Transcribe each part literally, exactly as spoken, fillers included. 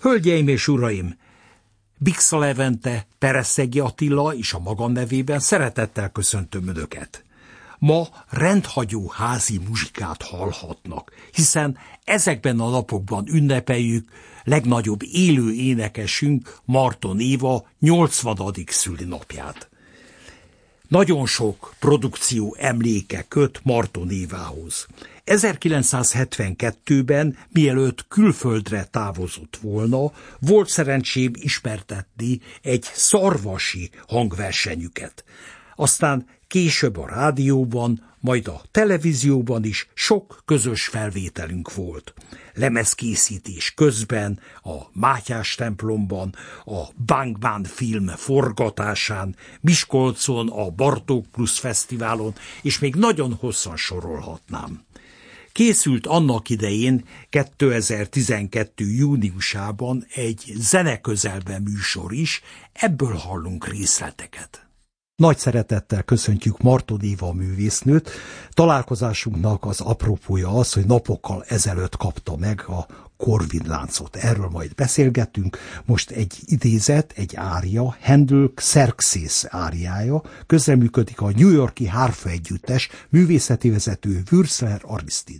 Hölgyeim és uraim! Bixa Levente, Pereszegi Attila és a magam nevében szeretettel köszöntöm Önöket. Ma rendhagyó házi muzsikát hallhatnak, hiszen ezekben a napokban ünnepeljük legnagyobb élő énekesünk, Marton Éva nyolcvanadik szülinapját. Nagyon sok produkció emléke köt Marton Évához. ezerkilencszázhetvenkettőben, mielőtt külföldre távozott volna, volt szerencsém ismertetni egy szarvasi hangversenyüket. Aztán később a rádióban, majd a televízióban is sok közös felvételünk volt. Lemezkészítés közben, a Mátyás templomban, a Bangban film forgatásán, Miskolcon, a Bartók Plusz Fesztiválon, és még nagyon hosszan sorolhatnám. Készült annak idején, kétezer-tizenkettő júniusában egy Zeneközelben műsor is, ebből hallunk részleteket. Nagy szeretettel köszöntjük Marton Éva művésznőt. Találkozásunknak az apropója az, hogy napokkal ezelőtt kapta meg a Corvin láncot. Erről majd beszélgetünk. Most egy idézet, egy ária, Handel Xerxes áriája. Közreműködik a New York-i Hárfa Együttes művészeti vezető Würzler Aristid.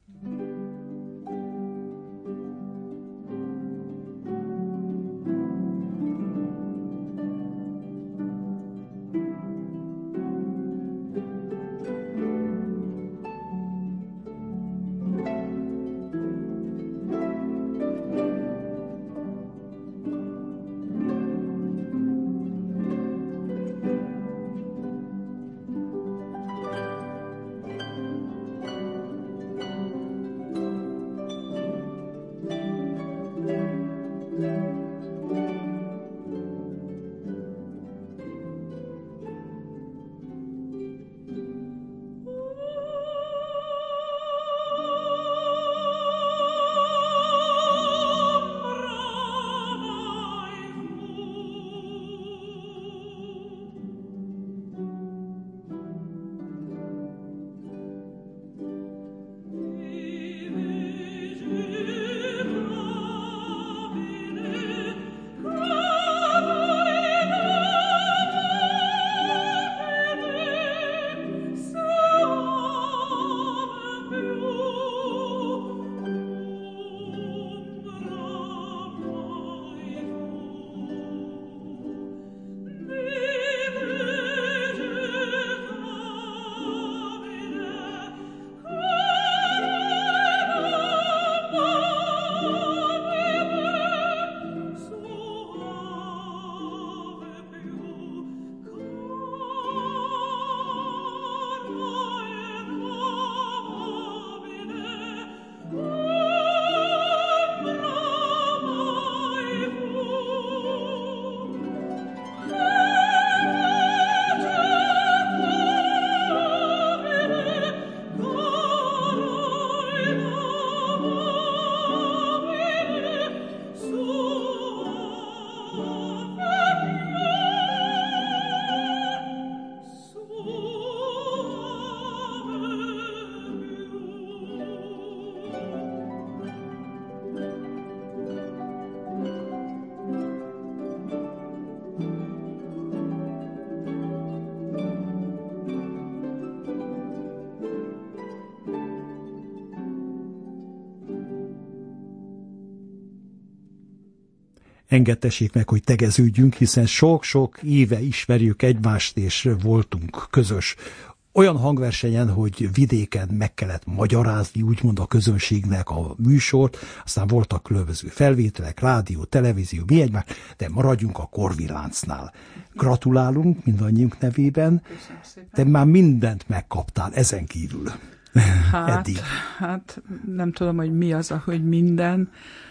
Engedtessék meg, hogy tegeződjünk, hiszen sok-sok éve ismerjük egymást, és voltunk közös olyan hangversenyen, hogy vidéken meg kellett magyarázni, úgymond a közönségnek a műsort, aztán voltak különböző felvételek, rádió, televízió, mi egymás, de maradjunk a Corvin láncnál. Gratulálunk mindannyiunk nevében, de már mindent megkaptál ezen kívül. Hát, eddig. hát nem tudom, hogy mi az, hogy minden,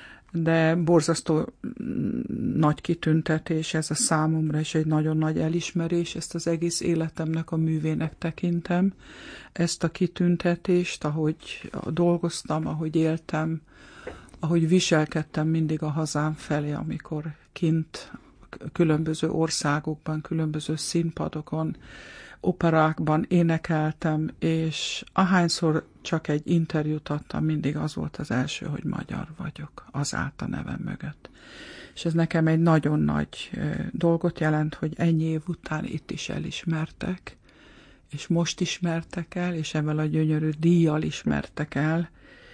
de borzasztó nagy kitüntetés ez a számomra, és egy nagyon nagy elismerés, ezt az egész életemnek a művének tekintem, ezt a kitüntetést, ahogy dolgoztam, ahogy éltem, ahogy viselkedtem mindig a hazám felé, amikor kint különböző országokban, különböző színpadokon operákban énekeltem, és ahányszor csak egy interjút adtam, mindig az volt az első, hogy magyar vagyok, az állt a nevem mögött. És ez nekem egy nagyon nagy dolgot jelent, hogy ennyi év után itt is elismertek, és most ismertek el, és ebben a gyönyörű díjjal ismertek el,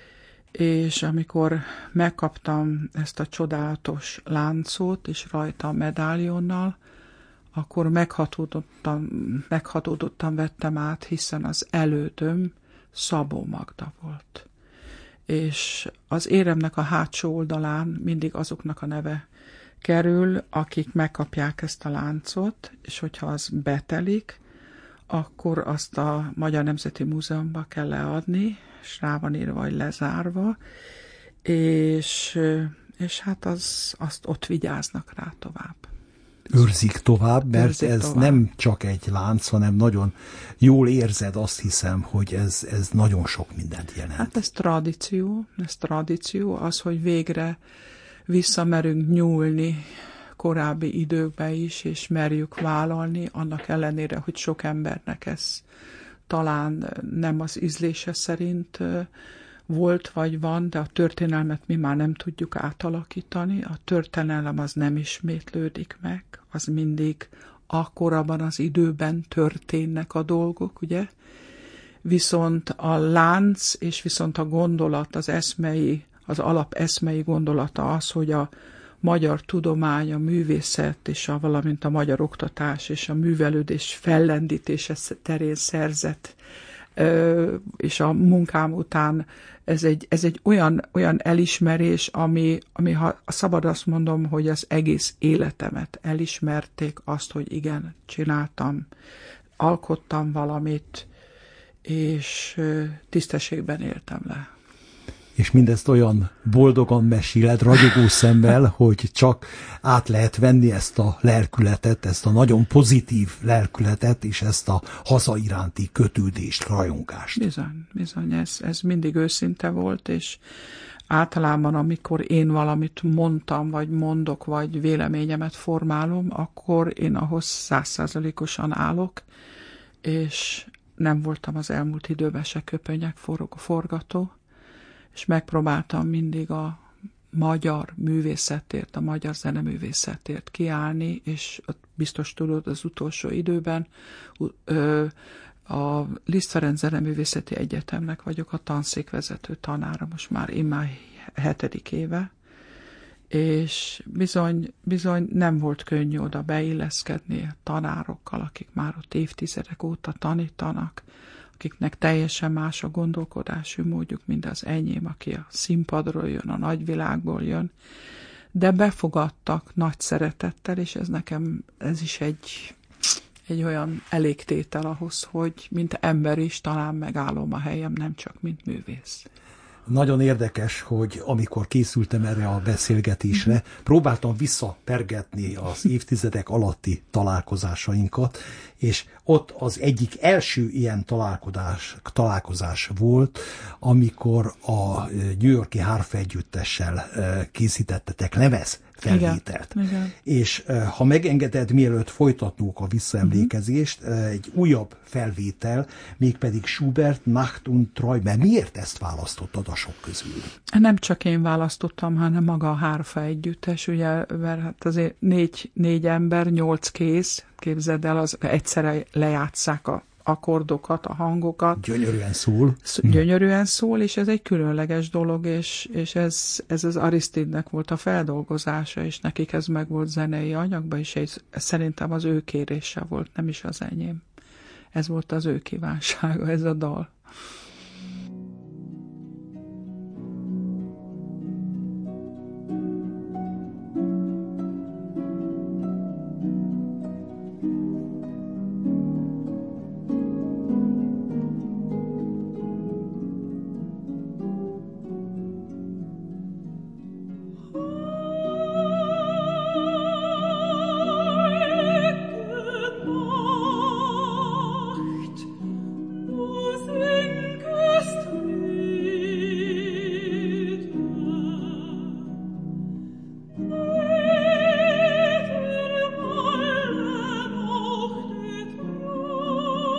és amikor megkaptam ezt a csodálatos láncot, és rajta a medálionnal, akkor meghatódottan, meghatódottan vettem át, hiszen az elődöm Szabó Magda volt. És az éremnek a hátsó oldalán mindig azoknak a neve kerül, akik megkapják ezt a láncot, és hogyha az betelik, akkor azt a Magyar Nemzeti Múzeumba kell leadni, és rá van írva, vagy lezárva, és, és hát az, azt ott vigyáznak rá tovább. Őrzik tovább, mert Őrzik ez tovább. Nem csak egy lánc, hanem nagyon jól érzed, azt hiszem, hogy ez, ez nagyon sok mindent jelent. Hát ez tradíció, ez tradíció, az, hogy végre visszamerünk nyúlni korábbi időkbe is, és merjük vállalni, annak ellenére, hogy sok embernek ez talán nem az ízlése szerint volt vagy van, de a történelmet mi már nem tudjuk átalakítani, a történelem az nem ismétlődik meg, az mindig akkorabban az időben történnek a dolgok, ugye? Viszont a lánc és viszont a gondolat, az eszmei, az alap eszmei gondolata az, hogy a magyar tudomány, a művészet, és a, valamint a magyar oktatás és a művelődés fellendítése terén szerzett, és a munkám után ez egy, ez egy olyan, olyan elismerés, ami, ami, ha szabad azt mondom, hogy az egész életemet elismerték, azt, hogy igen, csináltam, alkottam valamit, és tisztességben éltem le. És mindezt olyan boldogan meséled, ragyogó szemmel, hogy csak át lehet venni ezt a lelkületet, ezt a nagyon pozitív lelkületet, és ezt a haza iránti kötődést, rajongást. Bizony, bizony, ez, ez mindig őszinte volt, és általában, amikor én valamit mondtam, vagy mondok, vagy véleményemet formálom, akkor én ahhoz százszázalékosan állok, és nem voltam az elmúlt időben se köpönyek forgató, és megpróbáltam mindig a magyar művészetért, a magyar zeneművészetért kiállni, és biztos tudod, az utolsó időben a Liszt Ferenc Zeneművészeti Egyetemnek vagyok a tanszékvezető tanára, most már immár hetedik éve, és bizony, bizony nem volt könnyű oda beilleszkedni a tanárokkal, akik már ott évtizedek óta tanítanak, akiknek teljesen más a gondolkodású módjuk, mint az enyém, aki a színpadról jön, a nagyvilágból jön, de befogadtak nagy szeretettel, és ez nekem, ez is egy, egy olyan elégtétel ahhoz, hogy mint ember is talán megállom a helyem, nem csak mint művész. Nagyon érdekes, hogy amikor készültem erre a beszélgetésre, mm-hmm. próbáltam visszapergetni az évtizedek alatti találkozásainkat, és ott az egyik első ilyen találkozás, találkozás volt, amikor a New York-i Harfe együttessel készítettetek lemez felvételt. Igen, igen. És ha megengeded, mielőtt folytatnunk a visszaemlékezést, uh-huh. egy újabb felvétel, mégpedig Schubert, Nacht und Träume. Miért ezt választottad a sok közül? Nem csak én választottam, hanem maga a Harfe együttes, ugye, mert hát azért négy, négy ember, nyolc kéz, képzeld el, az egyszerre lejátsszák a akkordokat, a hangokat. Gyönyörűen szól. Gyönyörűen szól, és ez egy különleges dolog, és, és ez, ez az Aristidnek volt a feldolgozása, és nekik ez meg volt zenei anyagban, és ez, ez szerintem az ő kérése volt, nem is az enyém. Ez volt az ő kívánsága, ez a dal. Oh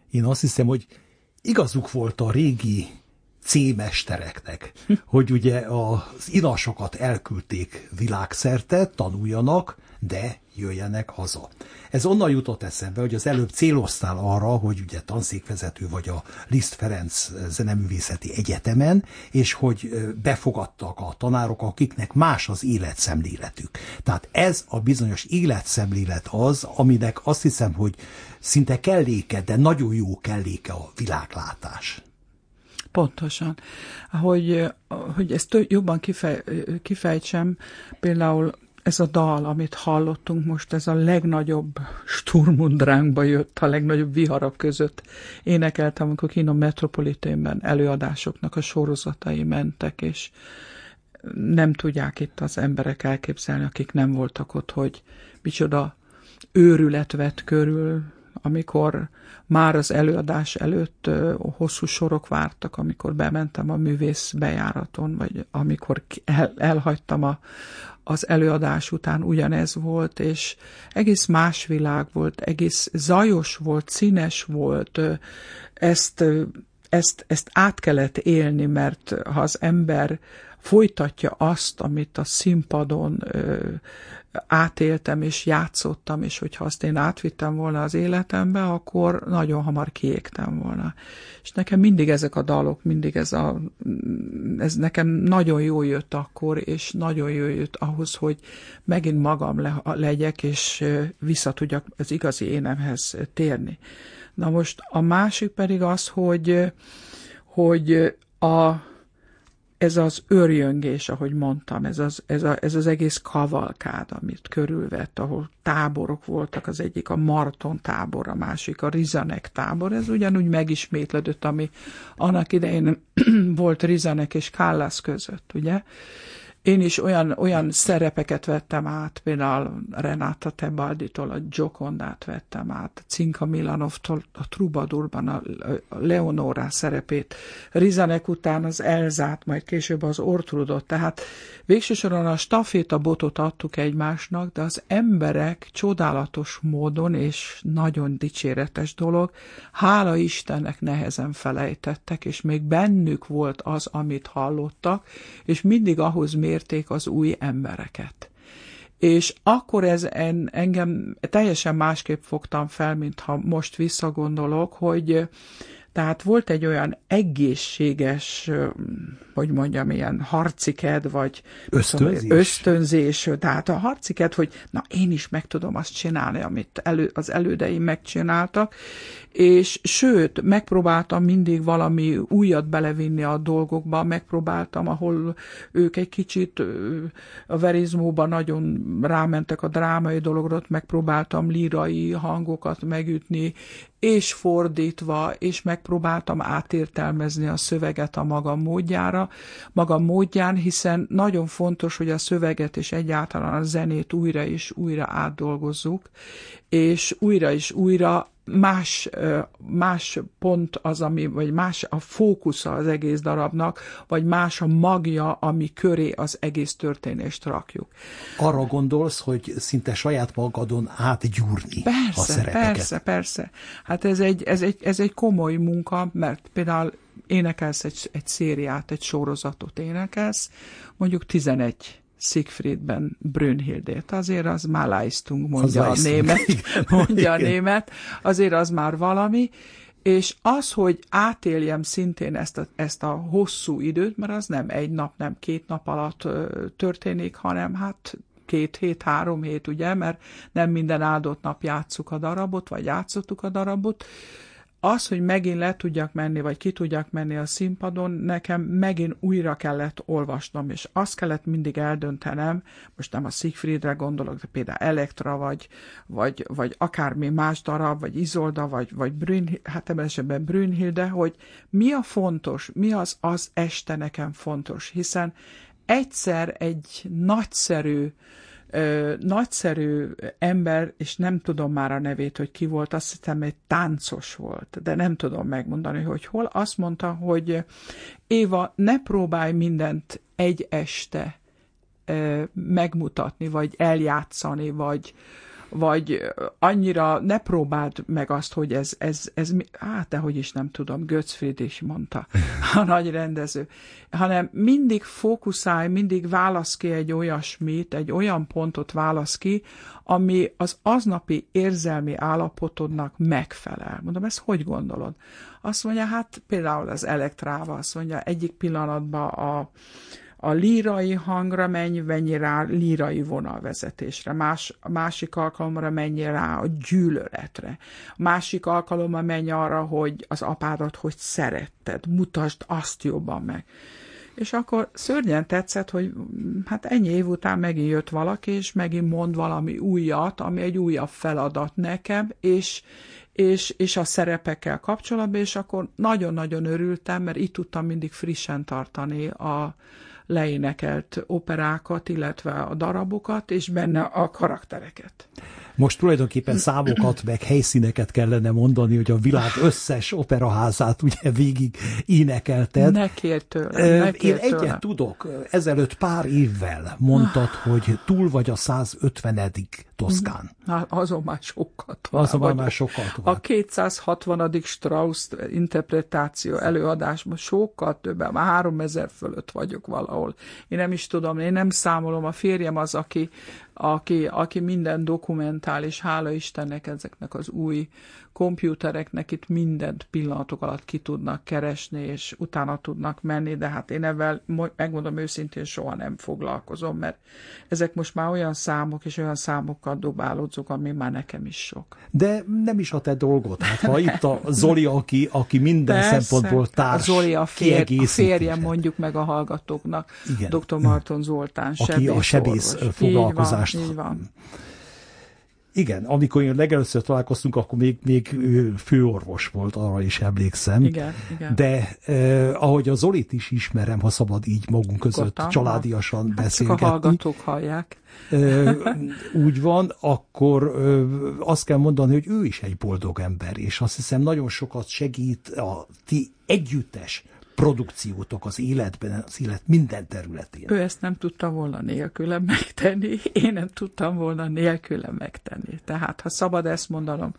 Én azt hiszem, hogy igazuk volt a régi C-mestereknek, hogy ugye az inasokat elküldték világszerte, tanuljanak, de jöjjenek haza. Ez onnan jutott eszembe, hogy az előbb céloztál arra, hogy ugye tanszékvezető vagy a Liszt Ferenc Zeneművészeti Egyetemen, és hogy befogadtak a tanárok, akiknek más az életszemléletük. Tehát ez a bizonyos életszemlélet az, aminek azt hiszem, hogy szinte kelléke, de nagyon jó kelléke a világlátás. Pontosan. Hogy, hogy ezt jobban kifej, kifejtsem, például ez a dal, amit hallottunk most, ez a legnagyobb Sturm und Drangba jött, a legnagyobb viharok között énekeltem, amikor kint a Metropolitanben előadásoknak a sorozatai mentek, és nem tudják itt az emberek elképzelni, akik nem voltak ott, hogy micsoda őrület vett körül, amikor már az előadás előtt hosszú sorok vártak, amikor bementem a művész bejáraton, vagy amikor el, elhagytam a, az előadás után, ugyanez volt, és egész más világ volt, egész zajos volt, színes volt, ezt, ezt, ezt át kellett élni, mert ha az ember folytatja azt, amit a színpadon ö, átéltem és játszottam, és hogyha azt én átvittem volna az életembe, akkor nagyon hamar kiégtem volna. És nekem mindig ezek a dalok, mindig ez a, ez nekem nagyon jó jött akkor, és nagyon jó jött ahhoz, hogy megint magam le, legyek, és vissza tudjak az igazi énemhez térni. Na most a másik pedig az, hogy, hogy a ez az őrjöngés, ahogy mondtam, ez az, ez, a, ez az egész kavalkád, amit körülvett, ahol táborok voltak, az egyik a Marton tábor, a másik a Rizanek tábor, ez ugyanúgy megismétlődött, ami annak idején volt Rizanek és Kallas között, ugye? Én is olyan, olyan szerepeket vettem át, például Renata Tebalditól a Giocondát vettem át, Cinka Milanovtól a Troubadourban a Leonora szerepét, Rizanek után az Elzát, majd később az Ortrudot, tehát végső soron a stafétabotot adtuk egymásnak, de az emberek csodálatos módon, és nagyon dicséretes dolog, hála Istennek nehezen felejtettek, és még bennük volt az, amit hallottak, és mindig ahhoz mérték az új embereket. És akkor ez en, engem teljesen másképp fogtam fel, mint ha most visszagondolok, hogy tehát volt egy olyan egészséges, hogy mondjam, ilyen harciked, vagy ösztönzés. ösztönzés. Tehát a harciked, hogy na én is meg tudom azt csinálni, amit elő, az elődeim megcsináltak, és sőt, megpróbáltam mindig valami újat belevinni a dolgokba, megpróbáltam, ahol ők egy kicsit a verizmóban nagyon rámentek a drámai dologra, megpróbáltam lírai hangokat megütni, és fordítva, és megpróbáltam átértelmezni a szöveget a magam módjára, magam módján, hiszen nagyon fontos, hogy a szöveget és egyáltalán a zenét újra és újra átdolgozzuk, és újra és újra más, más pont az, ami, vagy más a fókusza az egész darabnak, vagy más a magja, ami köré az egész történést rakjuk. Arra gondolsz, hogy szinte saját magadon átgyúrni persze, a szerepeket? Persze, persze. Hát ez egy, ez egy, ez egy komoly munka, mert például énekelsz egy, egy szériát, egy sorozatot énekelsz, mondjuk tizenegy Siegfriedben Brünnhildét. Azért az már Leistung, mondja az a német, mondja a német, azért az már valami, és az, hogy átéljem szintén ezt a, ezt a hosszú időt, mert az nem egy nap, nem két nap alatt történik, hanem hát két hét, három hét, ugye, mert nem minden áldott nap játsszuk a darabot, vagy játszottuk a darabot. Az, hogy megint le tudjak menni, vagy ki tudjak menni a színpadon, nekem megint újra kellett olvasnom, és azt kellett mindig eldöntenem, most nem a Siegfriedre gondolok, de például Elektra, vagy, vagy, vagy akármi más darab, vagy Izolda, vagy, vagy Brünnhilde, hát ebben esetben Brünnhilde, hogy mi a fontos, mi az az este nekem fontos, hiszen egyszer egy nagyszerű, Ö, nagyszerű ember, és nem tudom már a nevét, hogy ki volt, azt hiszem egy táncos volt, de nem tudom megmondani, hogy hol. Azt mondta, hogy Éva, ne próbálj mindent egy este ö, megmutatni, vagy eljátszani, vagy, vagy annyira ne próbáld meg azt, hogy ez, ez, ez hát dehogy is nem tudom, Götzfried is mondta, a nagy rendező, hanem mindig fókuszálj, mindig válasz ki egy olyasmit, egy olyan pontot válasz ki, ami az aznapi érzelmi állapotodnak megfelel. Mondom, ezt hogy gondolod? Azt mondja, hát például az Elektrával, azt mondja, egyik pillanatban a A lírai hangra menj, menj rá lírai vonalvezetésre, más, a másik alkalomra menj rá a gyűlöletre, a másik alkalomra menj arra, hogy az apádat hogy szeretted, mutasd azt jobban meg. És akkor szörnyen tetszett, hogy hát ennyi év után megint jött valaki, és megint mond valami újat, ami egy újabb feladat nekem, és, és, és a szerepekkel kapcsolatban, és akkor nagyon-nagyon örültem, mert itt tudtam mindig frissen tartani a leénekelt operákat, illetve a darabokat, és benne a karaktereket. Most tulajdonképpen számokat, meg helyszíneket kellene mondani, hogy a világ összes operaházát ugye végig énekelted. Ne kérj tőlem, ne kérj Én egyet tőlem. tudok, ezelőtt pár évvel mondtad, hogy túl vagy a százötvenedik Toszkán. Na, azon már sokkal tovább Azon már, vagyok. már sokkal tovább. A kétszázhatvanadik Strauss interpretáció előadásban sokkal többen, már háromezer fölött vagyok valahol. Én nem is tudom, én nem számolom, a férjem az, aki, aki, aki minden dokumentál, és hála Istennek ezeknek az új kompjútereknek itt mindent pillanatok alatt ki tudnak keresni, és utána tudnak menni, de hát én ebben, megmondom őszintén, soha nem foglalkozom, mert ezek most már olyan számok, és olyan számokkal dobálódzok, ami már nekem is sok. De nem is a te dolgod. Hát ha itt a Zoli, aki, aki minden Persze, szempontból társ, a Zoli a, fér, a férje, kiegészítő. mondjuk meg a hallgatóknak, Igen. doktor Marton Zoltán, Aki sebész a sebész orvos. foglalkozást. Így van, így van. Igen, amikor én legelőször találkoztunk, akkor még, még ő főorvos volt, arra is emlékszem. Igen, igen. De eh, ahogy a Zolit is ismerem, ha szabad így magunk között Nyugodtan, családiasan hát beszélgetni. csak a hallgatók hallják. eh, úgy van, akkor eh, azt kell mondani, hogy ő is egy boldog ember, és azt hiszem nagyon sokat segít a ti együttes produkciótok az életben, az élet minden területén. Ő ezt nem tudta volna nélkülem megtenni, én nem tudtam volna nélkülem megtenni. Tehát, ha szabad ezt mondanom,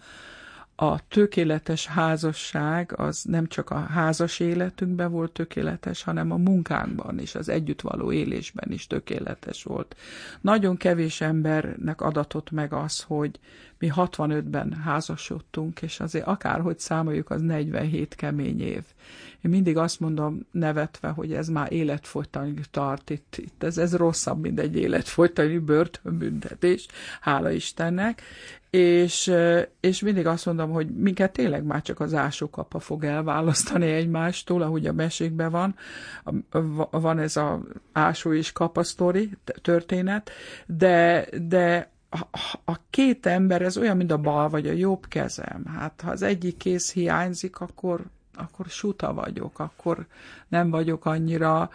a tökéletes házasság az nem csak a házas életünkben volt tökéletes, hanem a munkánkban is, az együtt való élésben is tökéletes volt. Nagyon kevés embernek adatott meg az, hogy mi hatvanötben házasodtunk, és azért akárhogy számoljuk, az negyvenhét kemény év. Én mindig azt mondom nevetve, hogy ez már életfogytiglanul tart itt. itt ez, ez rosszabb, mint egy életfogytiglani börtönbüntetés, hála Istennek. És, és mindig azt mondom, hogy minket tényleg már csak az ásókapa fog elválasztani egymástól, ahogy a mesékben van. Van ez az ásó és kapa sztori, történet, de, de a két ember, ez olyan, mint a bal vagy a jobb kezem. Hát ha az egyik kéz hiányzik, akkor, akkor suta vagyok, akkor nem vagyok annyira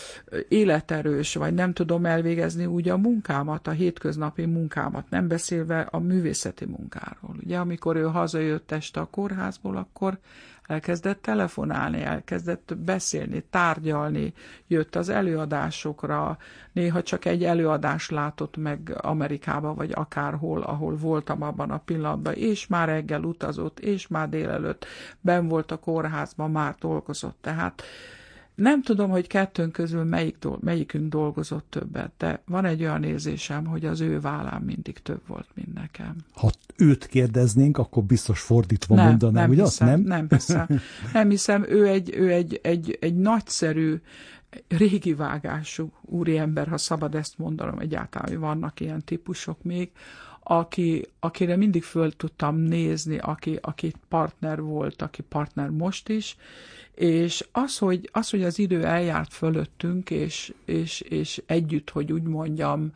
életerős, vagy nem tudom elvégezni úgy a munkámat, a hétköznapi munkámat, nem beszélve a művészeti munkáról. Ugye, amikor ő hazajött este a kórházból, akkor elkezdett telefonálni, elkezdett beszélni, tárgyalni, jött az előadásokra, néha csak egy előadást látott meg Amerikába, vagy akárhol, ahol voltam abban a pillanatban, és már reggel utazott, és már délelőtt benn volt a kórházban, már dolgozott. Tehát nem tudom, hogy kettőnk közül melyik, melyikünk dolgozott többet, de van egy olyan érzésem, hogy az ő vállán mindig több volt, mint nekem. Ha őt kérdeznénk, akkor biztos fordítva nem, mondanám, nem hogy hiszem, azt nem? Nem hiszem. Nem hiszem, ő egy, ő egy, egy, egy nagyszerű, régi vágású úriember, ha szabad ezt mondanom, egyáltalán, hogy vannak ilyen típusok még, aki, akire mindig föl tudtam nézni, aki, aki partner volt, aki partner most is, és az, hogy az, hogy az idő eljárt fölöttünk, és, és, és együtt, hogy úgy mondjam,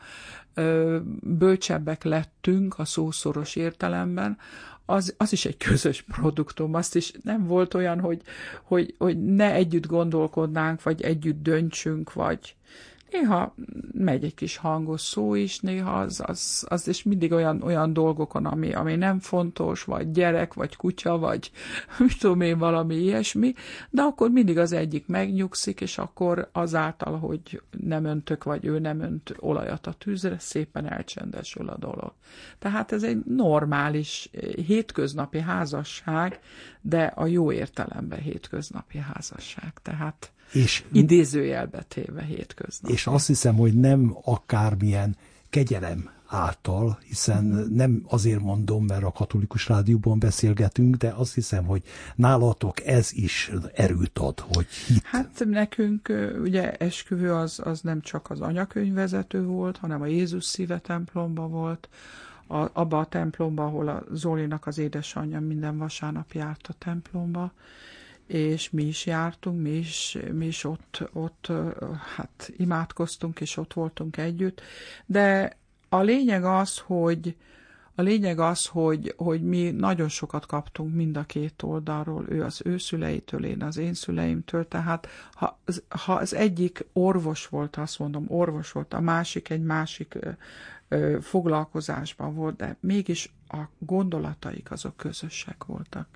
bölcsebbek lettünk a szószoros értelemben, az, az is egy közös produktum, azt is nem volt olyan, hogy, hogy, hogy ne együtt gondolkodnánk, vagy együtt döntsünk, vagy Néha megy egy kis hangos szó is, néha az, az, az és mindig olyan, olyan dolgokon, ami, ami nem fontos, vagy gyerek, vagy kutya, vagy mit tudom én, valami ilyesmi, de akkor mindig az egyik megnyugszik, és akkor azáltal, hogy nem öntök, vagy ő nem önt olajat a tűzre, szépen elcsendesül a dolog. Tehát ez egy normális, hétköznapi házasság, de a jó értelemben hétköznapi házasság. Tehát és idézőjelbe téve hétköznap. És azt hiszem, hogy nem akármilyen kegyelem által, hiszen nem azért mondom, mert a Katolikus Rádióban beszélgetünk, de azt hiszem, hogy nálatok ez is erőt ad, hogy hit. Hát nekünk ugye esküvő az, az nem csak az anyakönyvvezető volt, hanem a Jézus Szíve templomba volt, a, abba a templomba, ahol a Zolinak az édesanyja minden vasárnap járt a templomba, és mi is jártunk, mi is, mi is ott, ott hát imádkoztunk, és ott voltunk együtt, de a lényeg az, hogy a lényeg az, hogy, hogy mi nagyon sokat kaptunk mind a két oldalról, ő az ő szüleitől, én az én szüleimtől, tehát ha, ha az egyik orvos volt, azt mondom, orvos volt, a másik egy másik ö, ö, foglalkozásban volt, de mégis a gondolataik azok közösek voltak.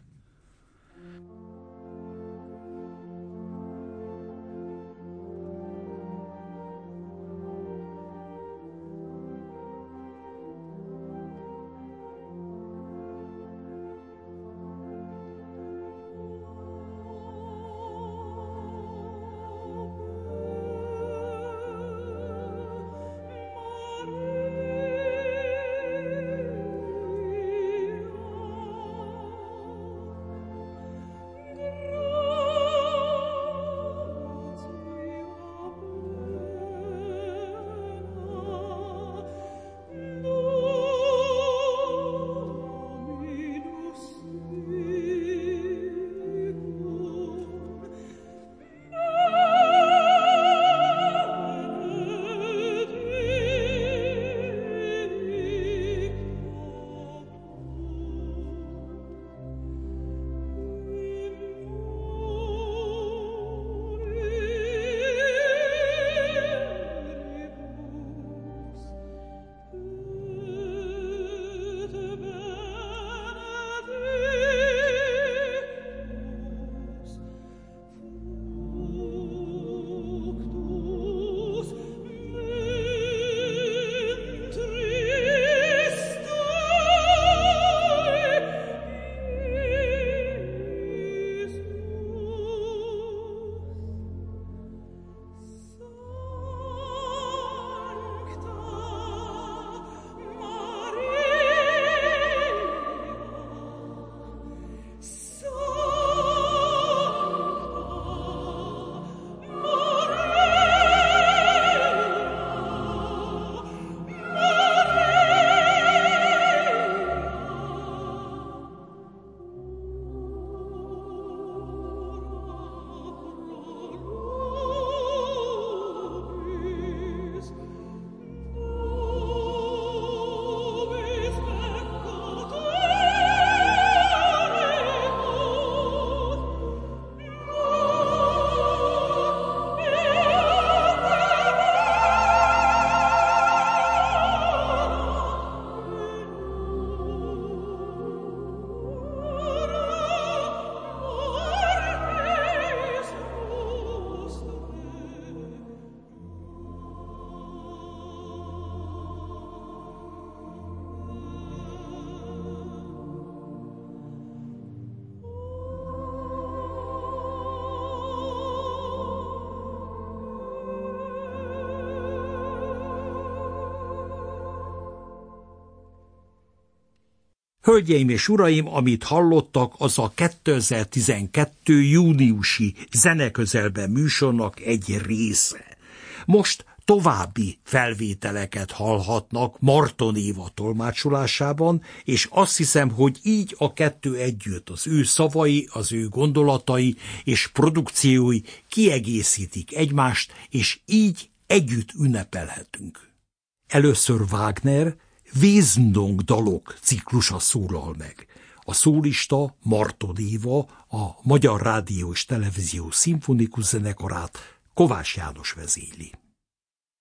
Hölgyeim és uraim, amit hallottak, az a kétezer-tizenkettő júniusi Zeneközelben műsornak egy része. Most további felvételeket hallhatnak Marton Éva tolmácsolásában, és azt hiszem, hogy így a kettő együtt, az ő szavai, az ő gondolatai és produkciói kiegészítik egymást, és így együtt ünnepelhetünk. Először Wagner Wesendonck dalok ciklusa szólal meg. A szólista Marton Éva, a Magyar Rádió és Televízió Szimfonikus Zenekarát Kovács János vezényli.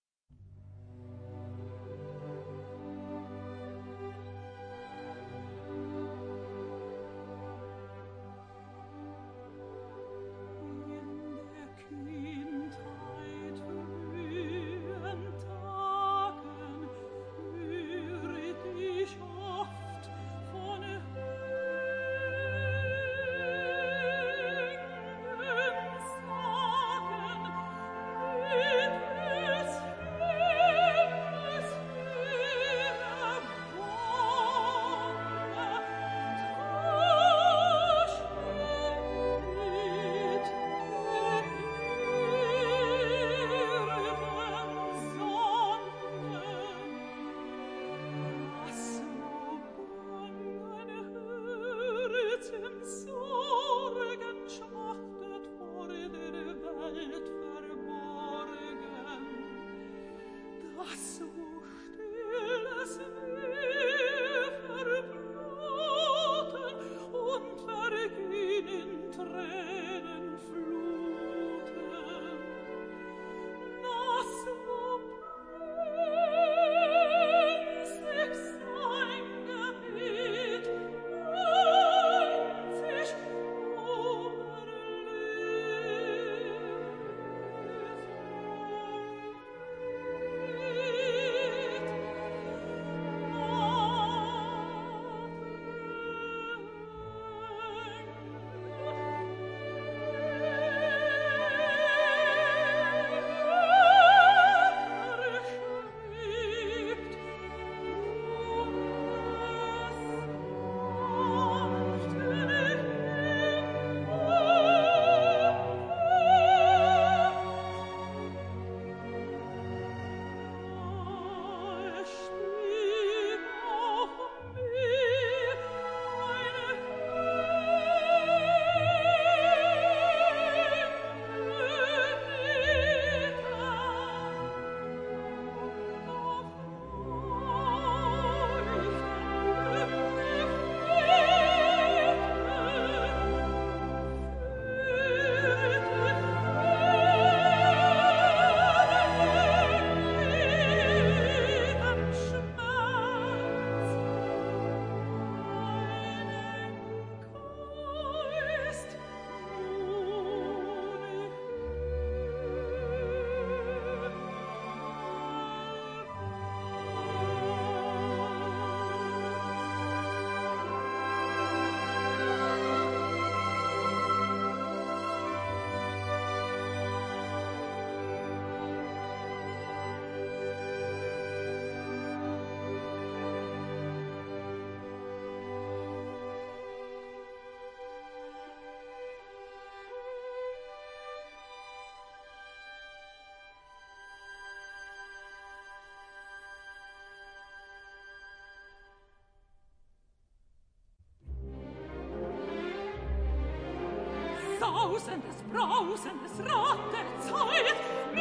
Sausendes, brausendes Rad der Zeit,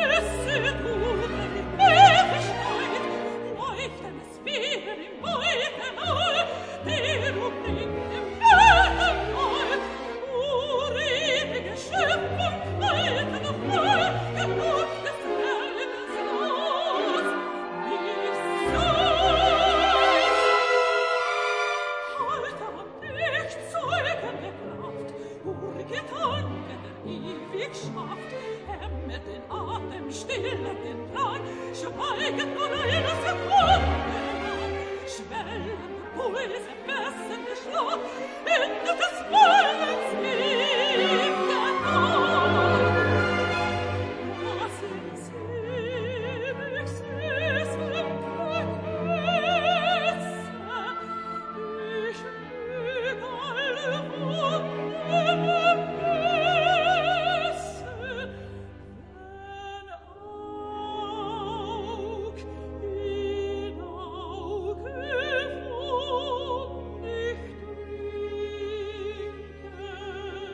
müsse du der Ewigkeit, leuchtendes Feder im weiten All, der umringt im Weltenall, urewige Schöpfung, halte noch mal, genug des Heldes Los, nicht so. Halte am Licht zeugende Kraft, Urgedanke der ewig schafft, hemmet den Atem, stillet den Plan, schweiget nur eine Sekunde lang, schwellende Pulse, messende Schlag, endet des Wollens ewige Tag. Was ins ewig Süße vergesse, ich lüg alle Wunden messe, wenn Aug in Auge von nicht trinken.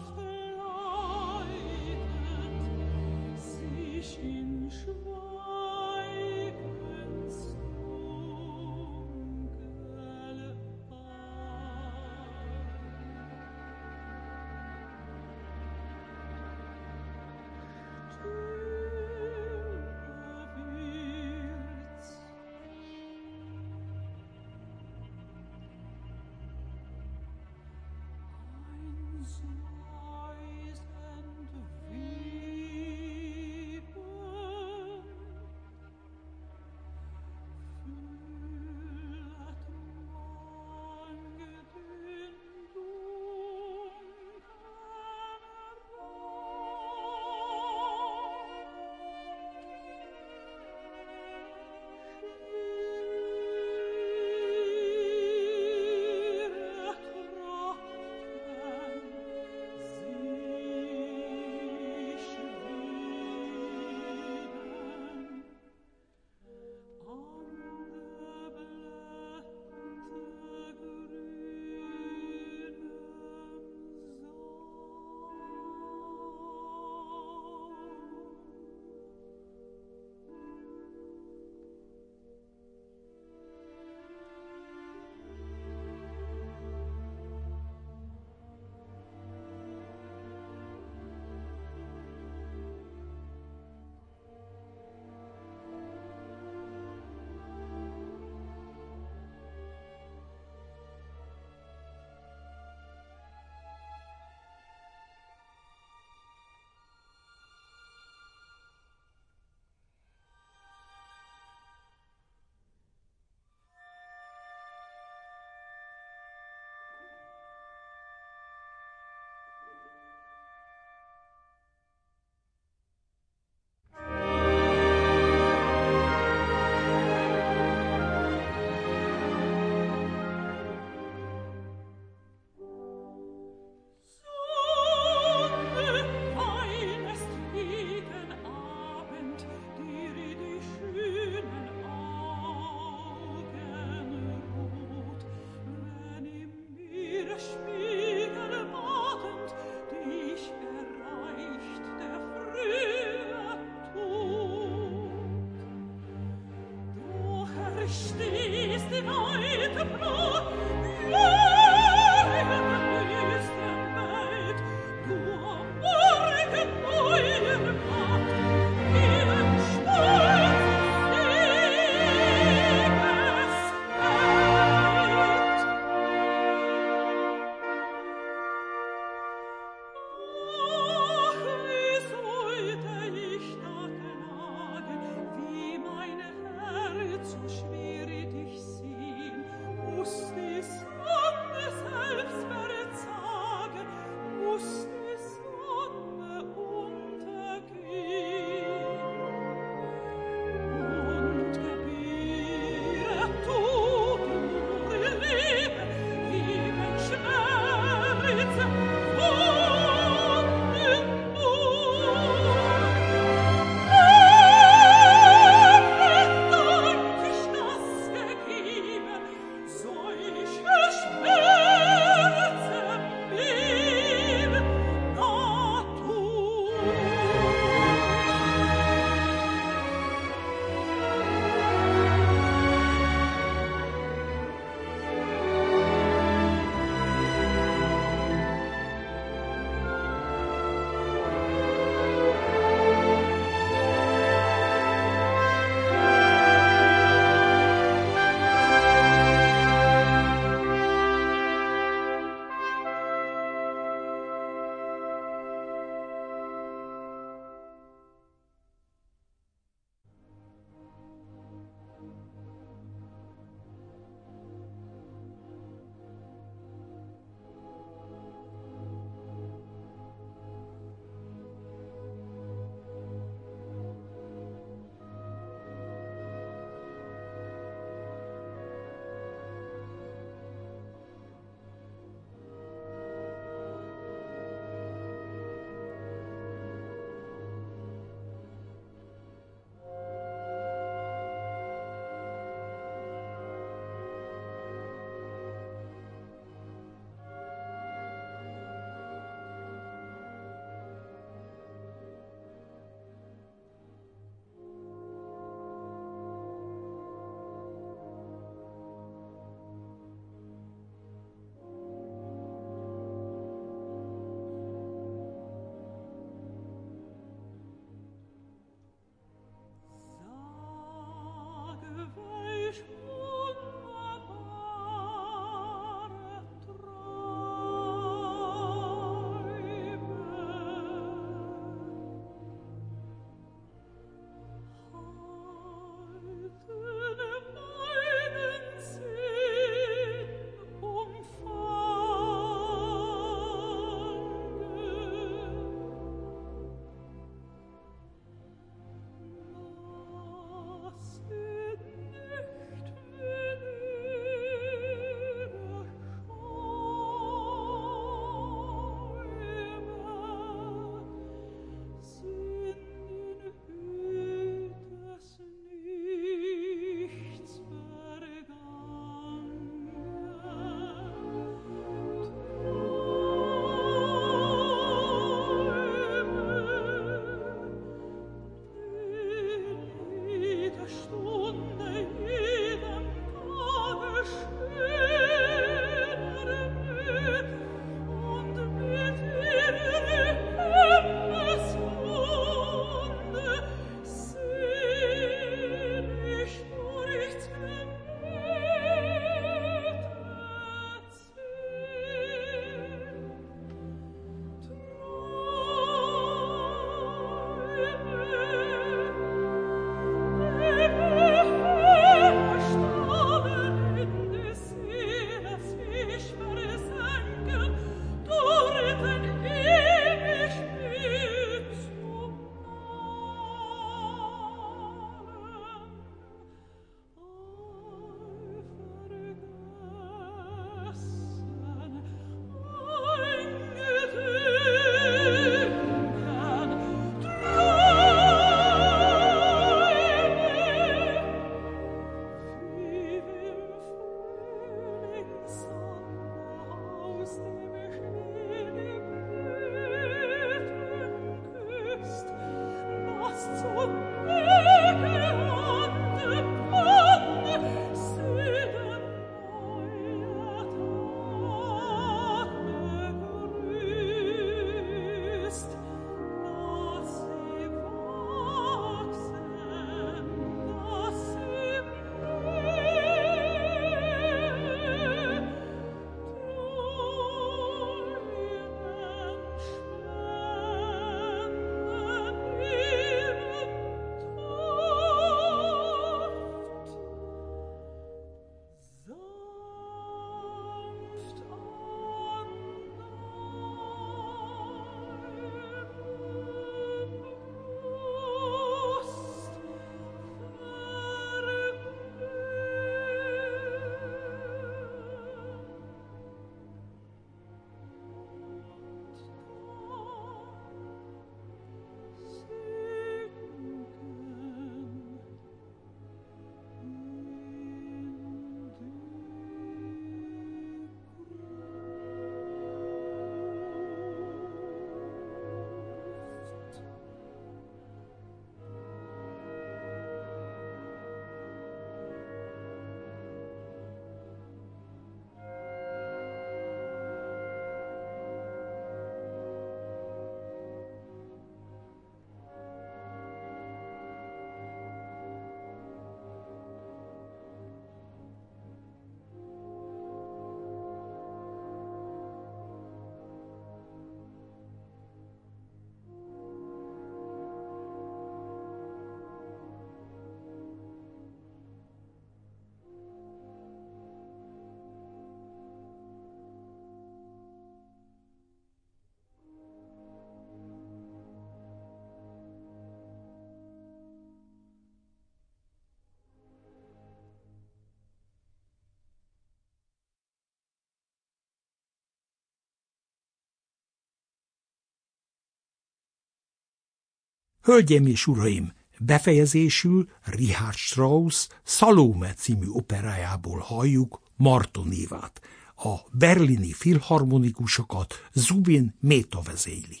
Hölgyeim és uraim, befejezésül Richard Strauss Salome című operájából halljuk Martonévát. A berlini filharmonikusokat Zubin Méta vezényli.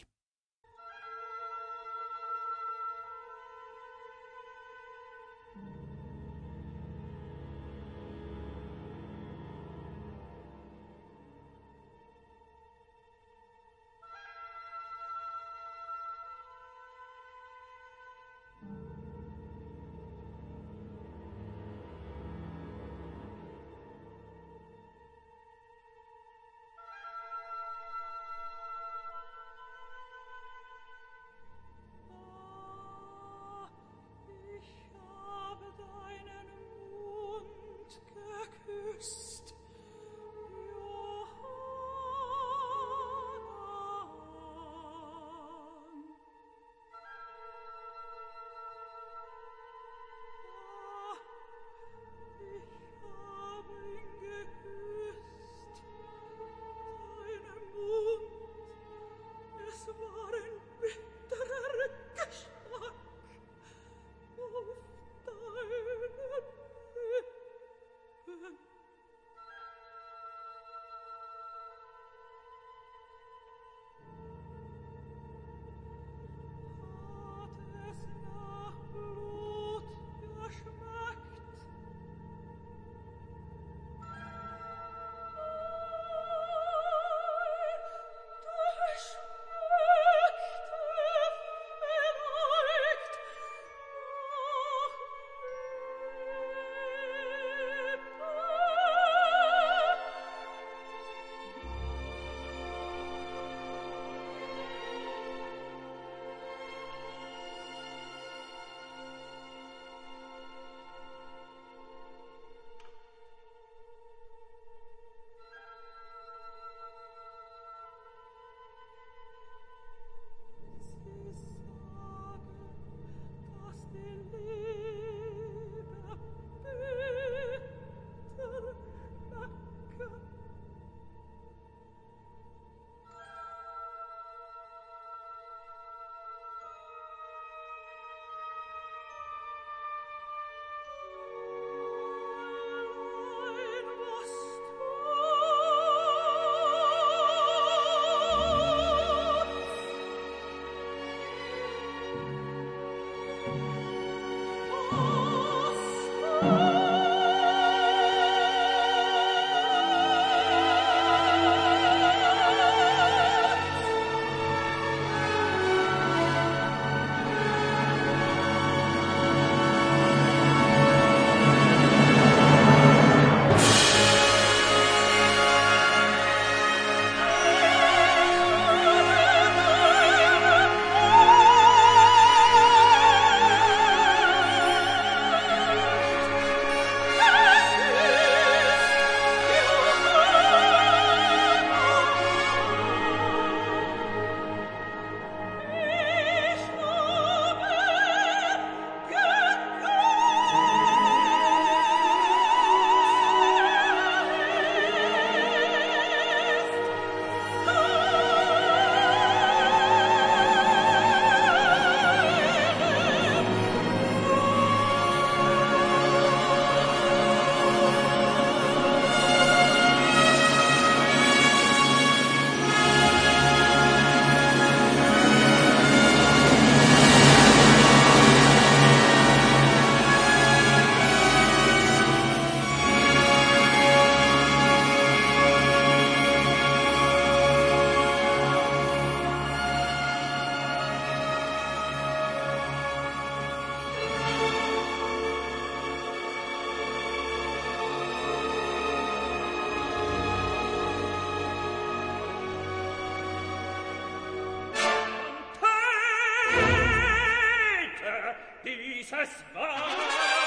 dieses Wort